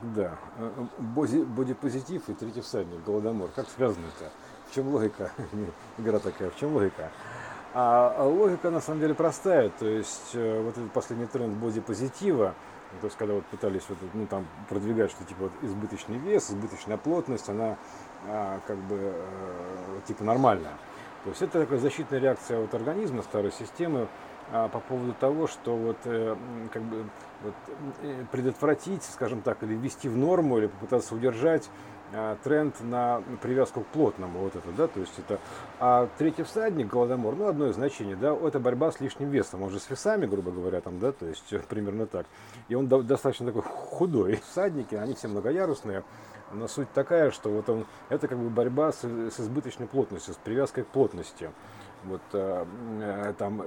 Да, бодипозитив и третий всадник, Голодомор. Как связано это? В чем логика? Игра такая, в чем логика? А логика на самом деле простая. То есть вот этот последний тренд бодипозитива, то есть когда вот пытались вот, ну, там, продвигать, что типа вот избыточный вес, избыточная плотность, она как бы типа нормальная. То есть это такая защитная реакция от организма, старой системы, по поводу того, что вот, как бы, вот, предотвратить, скажем так, или ввести в норму, или попытаться удержать тренд на привязку к плотному, вот это, да, то есть это, а третий всадник, Голодомор, ну, одно из значений, да, это борьба с лишним весом, он же с весами, грубо говоря, там, да, то есть примерно так, и он достаточно такой худой, всадники, они все многоярусные, но суть такая, что вот он, это как бы борьба с избыточной плотностью, с привязкой к плотности. Вот там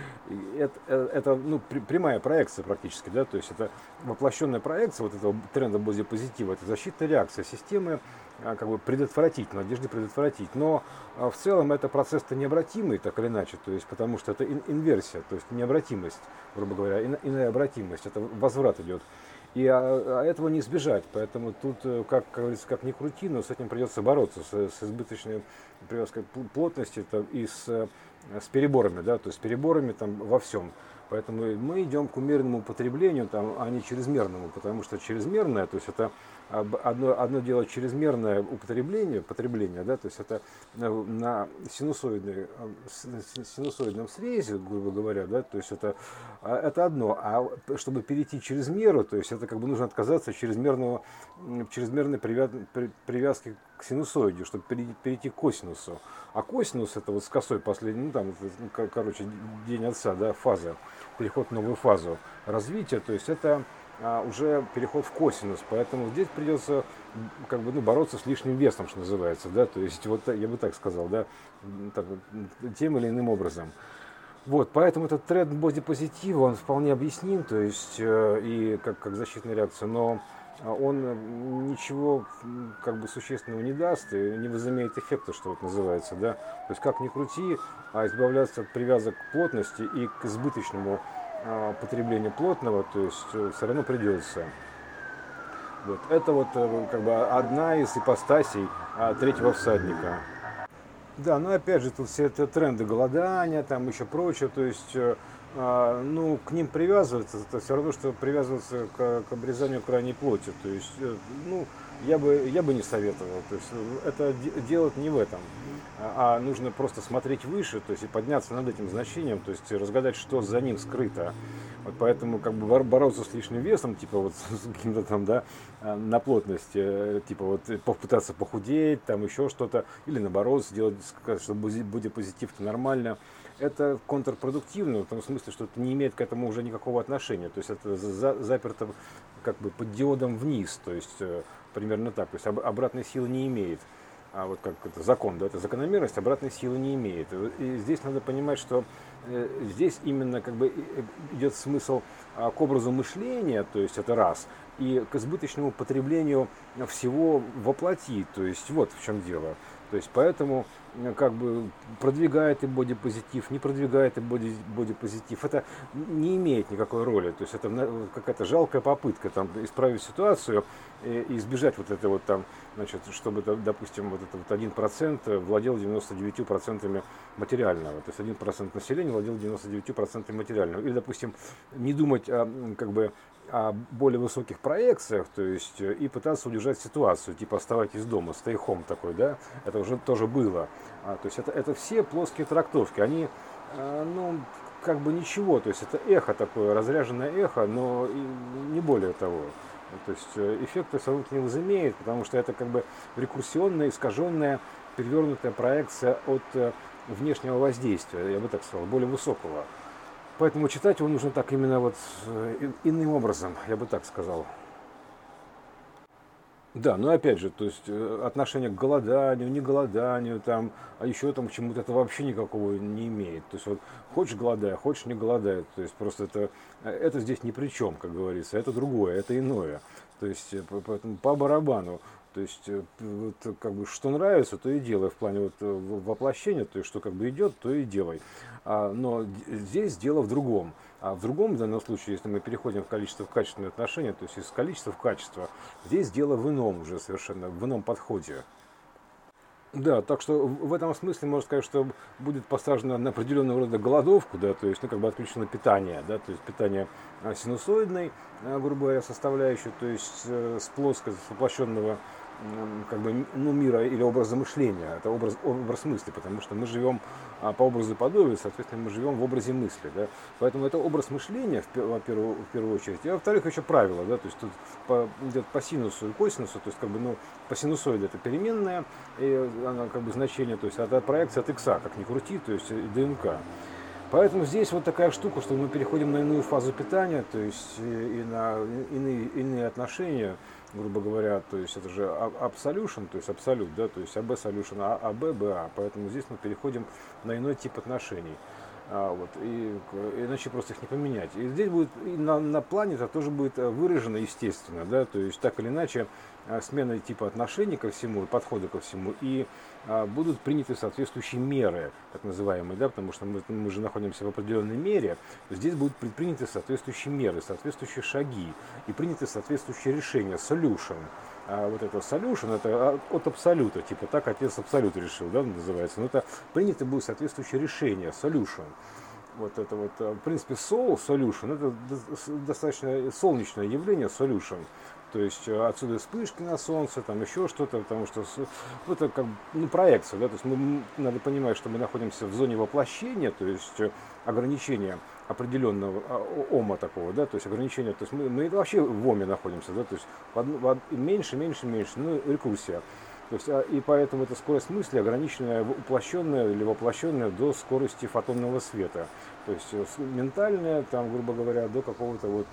это ну, прямая проекция практически, да, то есть это воплощенная проекция вот этого тренда бодипозитива, это защитная реакция системы, как бы предотвратить, в надежде предотвратить. Но в целом это процесс-то необратимый, так или иначе, то есть потому что это инверсия, то есть необратимость, грубо говоря, иная обратимость, это возврат идет. И этого не избежать, поэтому тут, как говорится, как ни крути, но с этим придется бороться, с избыточной привязкой плотности там, и с переборами, да, то есть переборами там во всем. Поэтому мы идем к умеренному употреблению, там, а не чрезмерному, потому что чрезмерное, то есть это одно дело чрезмерное потребление, да, то есть это на синусоидном срезе, грубо говоря, да, то есть это одно, а чтобы перейти через меру, то есть это как бы нужно отказаться от чрезмерной привязки к синусоиде, чтобы перейти к косинусу. А косинус это вот с косой последний, ну там, короче, день отца, да, фаза, переход в новую фазу развития, то есть это уже переход в косинус, поэтому здесь придется как бы, ну, бороться с лишним весом, что называется, да, то есть вот я бы так сказал, да, так, тем или иным образом. Вот, поэтому этот тренд бодипозитива, он вполне объясним, то есть и как защитная реакция, но он ничего как бы существенного не даст и не возымеет эффекта, что вот называется, да. То есть как ни крути, а избавляться от привязок к плотности и к избыточному потреблению плотного, то есть все равно придется. Вот. Это вот как бы одна из ипостасей третьего всадника. Да, но опять же тут все это тренды голодания, там еще прочее, то есть, ну, к ним привязываться, это все равно, что привязываться к обрезанию крайней плоти, то есть, ну, я бы не советовал, то есть, это делать не в этом, а нужно просто смотреть выше, то есть, и подняться над этим значением, то есть, разгадать, что за ним скрыто. Вот поэтому как бы бороться с лишним весом, типа вот с каким-то там, да, на плотность, типа вот попытаться похудеть, там еще что-то, или наоборот сделать, чтобы бодипозитив-то нормально, это контрпродуктивно, в том смысле, что это не имеет к этому уже никакого отношения, то есть это заперто как бы под диодом вниз, то есть примерно так, то есть обратной силы не имеет. А вот как это закон, да, это закономерность, обратной силы не имеет. И здесь надо понимать, что здесь именно как бы идет смысл к образу мышления, то есть это раз, и к избыточному потреблению всего воплоти, то есть вот в чем дело. То есть поэтому как бы продвигает и бодипозитив, не продвигает и бодипозитив, это не имеет никакой роли. То есть это какая-то жалкая попытка там, исправить ситуацию и избежать вот это вот там, значит, чтобы, допустим, вот это вот 1% владел 99% материального. То есть 1% населения владел 99% материального. Или, допустим, не думать как бы о более высоких проекциях, то есть и пытаться удержать ситуацию, типа оставайтесь дома, stay home такой, да, это уже тоже было. То есть это все плоские трактовки, они, ну, как бы ничего, то есть это эхо такое, разряженное эхо, но и не более того. То есть эффекта все равно не возымеет, потому что это как бы рекурсионная, искаженная, перевернутая проекция от внешнего воздействия, я бы так сказал, более высокого. Поэтому читать его нужно так именно вот иным образом, я бы так сказал. Да, но опять же, то есть отношение к голоданию, не голоданию, там, а еще там к чему-то это вообще никакого не имеет. То есть вот хочешь голодай, хочешь не голодай. То есть просто это здесь ни при чем, как говорится, это другое, это иное. То есть поэтому по барабану. То есть вот, как бы что нравится, то и делай в плане вот, воплощения, то есть что как бы идет, то и делай. Но здесь дело в другом. А в другом данном случае, если мы переходим в количество в качественные отношения, то есть из количества в качество, здесь дело в ином уже совершенно, в ином подходе. Да, так что в этом смысле можно сказать, что будет посажено на определенного рода голодовку, да, то есть, ну, как бы отключено питание, да, то есть питание синусоидной, грубо говоря, составляющей, то есть с плоского, с воплощенного как бы, ну, мира или образа мышления, это образ мысли, потому что мы живем по образу и подобию, соответственно, мы живем в образе мысли, да, поэтому это образ мышления в первую очередь, и во-вторых, еще правило, да, то есть тут идет по синусу и косинусу, то есть как бы, ну, по синусоиде это переменная, и она как бы значение, то есть это проекция от икса, как ни крути, то есть и ДНК. Поэтому здесь вот такая штука, что мы переходим на иную фазу питания, то есть и на иные отношения, грубо говоря, то есть это же absolution, то есть абсолют, да, то есть АБ solution, АБ, БА, поэтому здесь мы переходим на иной тип отношений. Вот, и иначе просто их не поменять. И здесь будет, и на плане это тоже будет выражено естественно, да, то есть так или иначе смена типа отношений ко всему, подхода ко всему, и будут приняты соответствующие меры, так называемые, да, потому что мы же находимся в определенной мере, то здесь будут предприняты соответствующие меры, соответствующие шаги, и приняты соответствующие решения, solution. А вот это solution, это от абсолюта, типа так отец абсолют решил, да, называется, но это принято будет соответствующее решение, solution. Вот это вот, в принципе, solution, это достаточно солнечное явление, solution. То есть отсюда вспышки на солнце, там еще что-то, потому что ну, это как ну, проекция, да, то есть надо понимать, что мы находимся в зоне воплощения, то есть ограничения определенного ома такого, да, то есть ограничения, то есть мы вообще в оме находимся, да, то есть меньше, меньше, меньше, ну, рекурсия. То есть, и поэтому эта скорость мысли ограниченная, уплощенная или воплощенная до скорости фотонного света. То есть ментальная, там, грубо говоря, до какого-то вот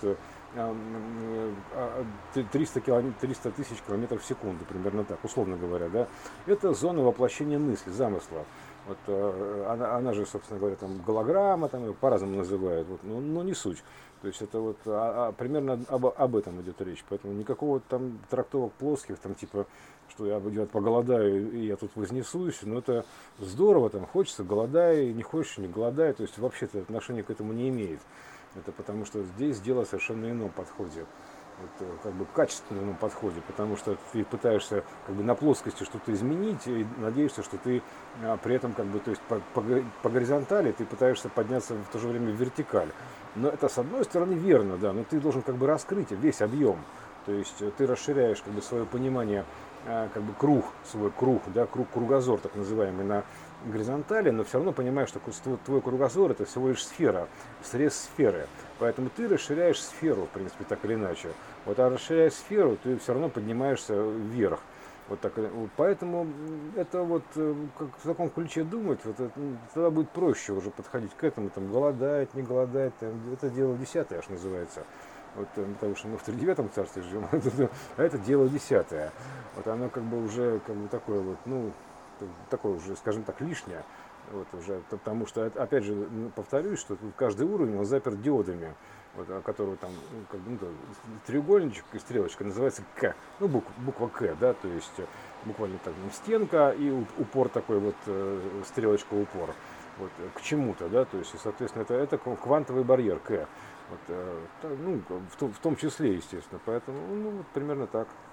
300 тысяч километров в секунду, примерно так, условно говоря, да. Это зона воплощения мысли, замысла. Вот, она же, собственно говоря, там голограмма, там ее по-разному называют, вот, но не суть. То есть это вот примерно об этом идет речь. Поэтому никакого там трактовок плоских, там типа, что я поголодаю и я тут вознесусь, но это здорово, там хочется, голодай, не хочешь, не голодай, то есть вообще-то отношения к этому не имеет. Это потому что здесь дело совершенно ином подходе. Вот, как бы качественном подходе, потому что ты пытаешься как бы на плоскости что-то изменить и надеешься, что ты при этом как бы, то есть по горизонтали ты пытаешься подняться в то же время в вертикаль. Но это с одной стороны верно, да, но ты должен как бы раскрыть весь объем. То есть ты расширяешь как бы свое понимание, как бы свой круг, да, кругозор так называемый на горизонтали, но все равно понимаешь, что твой кругозор это всего лишь сфера, срез сферы. Поэтому ты расширяешь сферу, в принципе, так или иначе. Вот, а расширяя сферу, ты все равно поднимаешься вверх. Вот так, вот, поэтому это вот как в таком ключе думать, вот это, тогда будет проще уже подходить к этому, там, голодать, не голодать, там, это дело десятое аж называется. Вот, потому что мы в тридевятом царстве живем, а это дело десятое. Вот оно как бы уже как бы такое вот, ну, такое уже, скажем так, лишнее. Вот уже, потому что, опять же, повторюсь, что тут каждый уровень он заперт диодами, вот, которого там ну, как бы, ну, треугольничек и стрелочка называется К, ну буква К, да, то есть буквально так, стенка и упор такой вот, стрелочка упор, вот, к чему-то, да, то есть, соответственно, это квантовый барьер К, вот, ну, в том числе, естественно, поэтому, ну, вот примерно так.